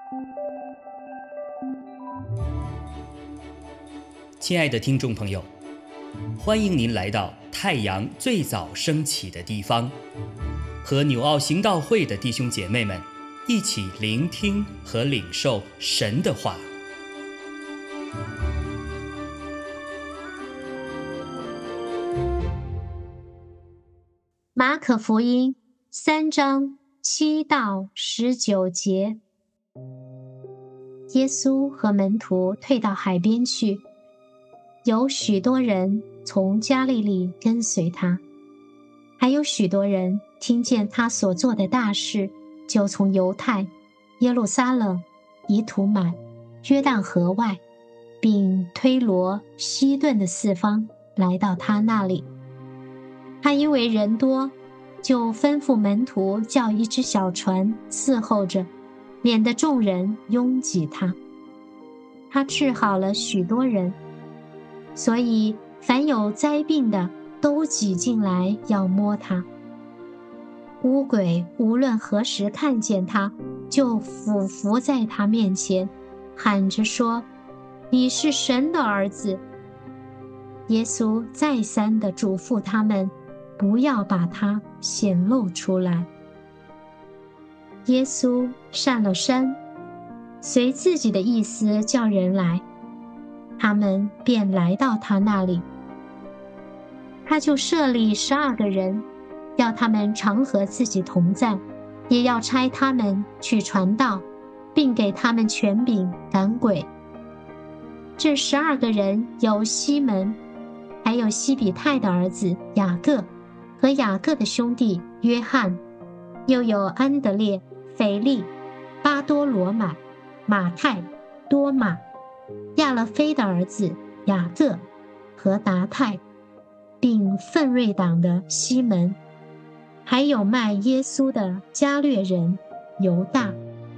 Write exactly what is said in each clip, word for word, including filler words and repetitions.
亲爱的听众朋友，欢迎您来到太阳最早升起的地方，和纽奥行道会的弟兄姐妹们一起聆听和领受神的话。 马可福音三章七到十九节，耶稣和门徒退到海边去，有许多人从加利利跟随他，还有许多人听见他所做的大事，就从犹太、耶路撒冷、以土满、约旦河外，并推罗、西顿的四方来到他那里。他因为人多，就吩咐门徒叫一只小船伺候着，免得众人拥挤他。他治好了许多人，所以凡有灾病的都挤进来要摸他。污鬼无论何时看见他，就俯伏在他面前，喊着说：“你是神的儿子。”耶稣再三地嘱咐他们，不要把它显露出来。耶稣上了山，随自己的意思叫人来，他们便来到他那里。他就设立十二个人，要他们常和自己同在，也要差他们去传道，并给他们权柄赶鬼。这十二个人有西门，还有西比泰的儿子雅各和雅各的兄弟约翰，又有安德烈、腓力、巴多罗买、马太、多马、亚勒菲的儿子雅各和达太，并奋锐党的西门，还有卖耶稣的加略人犹大。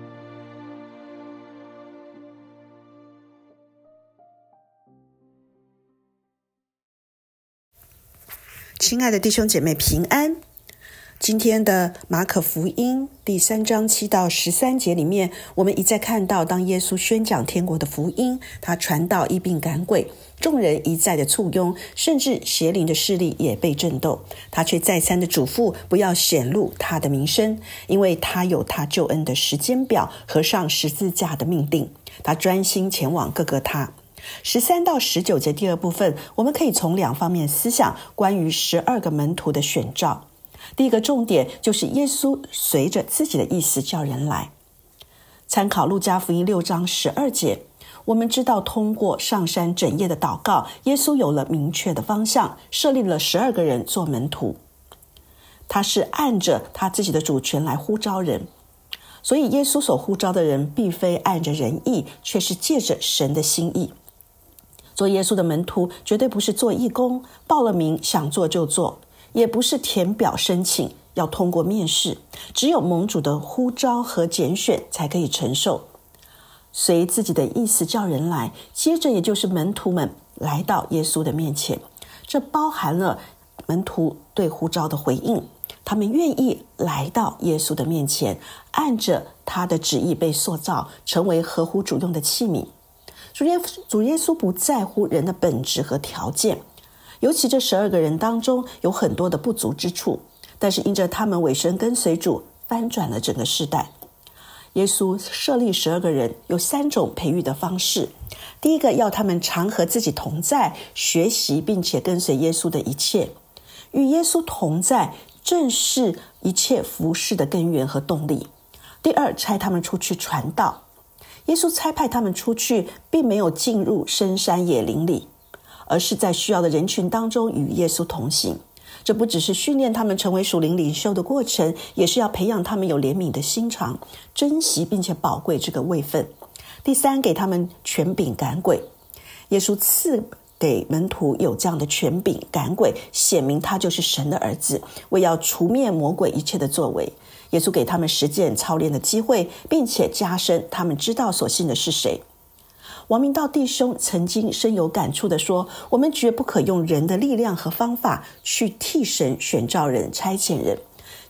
亲爱的弟兄姐妹平安。今天的马可福音第三章七到十三节里面，我们一再看到，当耶稣宣讲天国的福音，他传道医病赶鬼，众人一再的簇拥，甚至邪灵的势力也被震动，他却再三的嘱咐不要显露他的名声，因为他有他救恩的时间表和上十字架的命定，他专心前往各个他。十三到十九节第二部分，我们可以从两方面思想关于十二个门徒的选召。第一个重点就是耶稣随着自己的意思叫人来。参考路加福音六章十二节，我们知道通过上山整夜的祷告，耶稣有了明确的方向，设立了十二个人做门徒。他是按着他自己的主权来呼召人，所以耶稣所呼召的人并非按着人意，却是借着神的心意。做耶稣的门徒绝对不是做义工，报了名想做就做，也不是填表申请要通过面试，只有蒙主的呼召和拣选才可以承受。随自己的意思叫人来，接着也就是门徒们来到耶稣的面前，这包含了门徒对呼召的回应，他们愿意来到耶稣的面前，按着他的旨意被塑造，成为合乎主用的器皿。主耶主耶稣不在乎人的本质和条件，尤其这十二个人当中有很多的不足之处，但是因着他们委身跟随主，翻转了整个世代。耶稣设立十二个人，有三种培育的方式。第一个，要他们常和自己同在，学习并且跟随耶稣的一切。与耶稣同在，正是一切服事的根源和动力。第二，差他们出去传道。耶稣差派他们出去，并没有进入深山野林里，而是在需要的人群当中与耶稣同行。这不只是训练他们成为属灵领袖的过程，也是要培养他们有怜悯的心肠，珍惜并且宝贵这个位分。第三，给他们权柄赶鬼。耶稣赐给门徒有这样的权柄赶鬼，显明他就是神的儿子，为要除灭魔鬼一切的作为。耶稣给他们实践操练的机会，并且加深他们知道所信的是谁。王明道弟兄曾经深有感触地说，我们绝不可用人的力量和方法去替神选召人差遣人，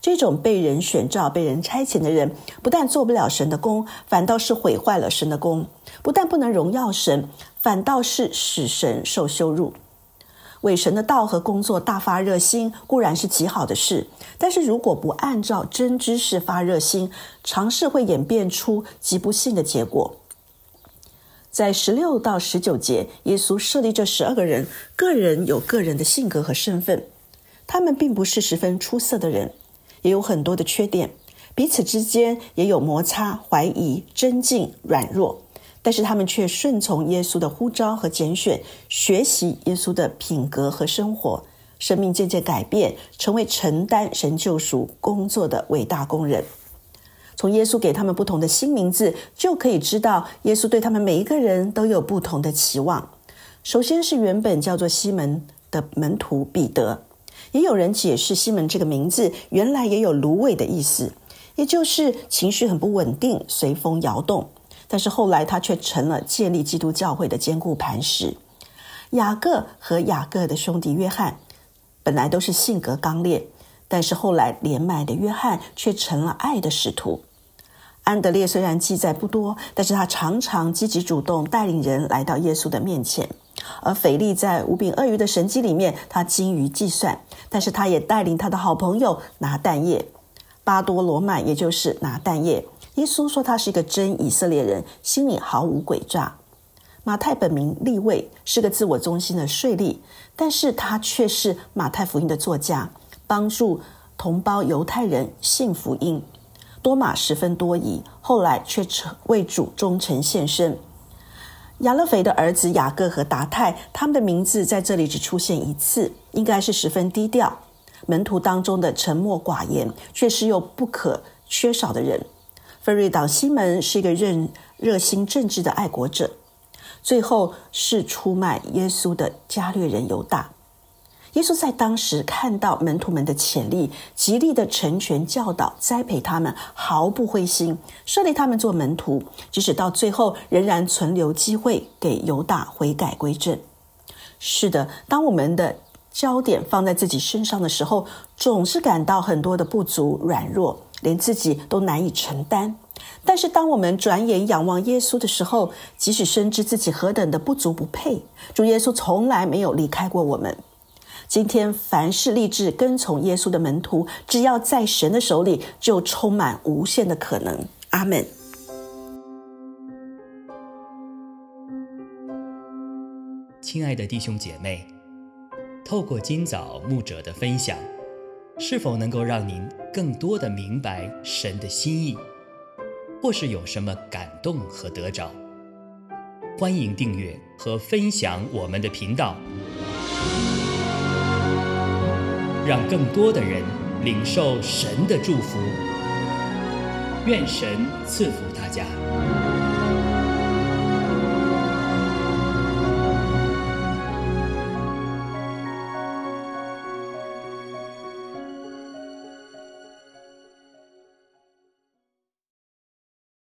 这种被人选召、被人差遣的人，不但做不了神的工，反倒是毁坏了神的工；不但不能荣耀神，反倒是使神受羞辱。为神的道和工作大发热心固然是极好的事，但是如果不按照真知识发热心，常是会演变出极不幸的结果。在十六到十九节，耶稣设立这十二个人，个人有个人的性格和身份，他们并不是十分出色的人，也有很多的缺点，彼此之间也有摩擦、怀疑、争竞、软弱，但是他们却顺从耶稣的呼召和拣选，学习耶稣的品格和生活，生命渐渐改变，成为承担神救赎工作的伟大工人。从耶稣给他们不同的新名字，就可以知道耶稣对他们每一个人都有不同的期望。首先是原本叫做西门的门徒彼得，也有人解释西门这个名字原来也有芦苇的意思，也就是情绪很不稳定，随风摇动，但是后来他却成了建立基督教会的坚固磐石。雅各和雅各的兄弟约翰本来都是性格刚烈，但是后来连麦的约翰却成了爱的使徒。安德烈虽然记载不多，但是他常常积极主动带领人来到耶稣的面前。而腓力在五饼二鱼的神迹里面，他精于计算，但是他也带领他的好朋友拿但业。巴多罗买也就是拿但业，耶稣说他是一个真以色列人，心里毫无诡诈。马太本名利未，是个自我中心的税吏，但是他却是马太福音的作家，帮助同胞犹太人信福音。多马十分多疑，后来却为主忠诚献身。亚勒腓的儿子雅各和达太，他们的名字在这里只出现一次，应该是十分低调，门徒当中的沉默寡言，却是又不可缺少的人。奋锐党西门是一个热热心正直的爱国者。最后是出卖耶稣的加略人犹大。耶稣在当时看到门徒们的潜力，极力的成全教导栽培他们，毫不灰心，设立他们做门徒，即使到最后仍然存留机会给犹大悔改归正。是的，当我们的焦点放在自己身上的时候，总是感到很多的不足软弱，连自己都难以承担。但是当我们转眼仰望耶稣的时候，即使深知自己何等的不足不配，主耶稣从来没有离开过我们。今天凡是立志跟从耶稣的门徒，只要在神的手里，就充满无限的可能。阿们。 亲爱的弟兄姐妹，透过今早牧者的分享，是否能够让您更多的明白神的心意，或是有什么感动和得着？欢迎订阅和分享我们的频道，让更多的人领受神的祝福。愿神赐福大家。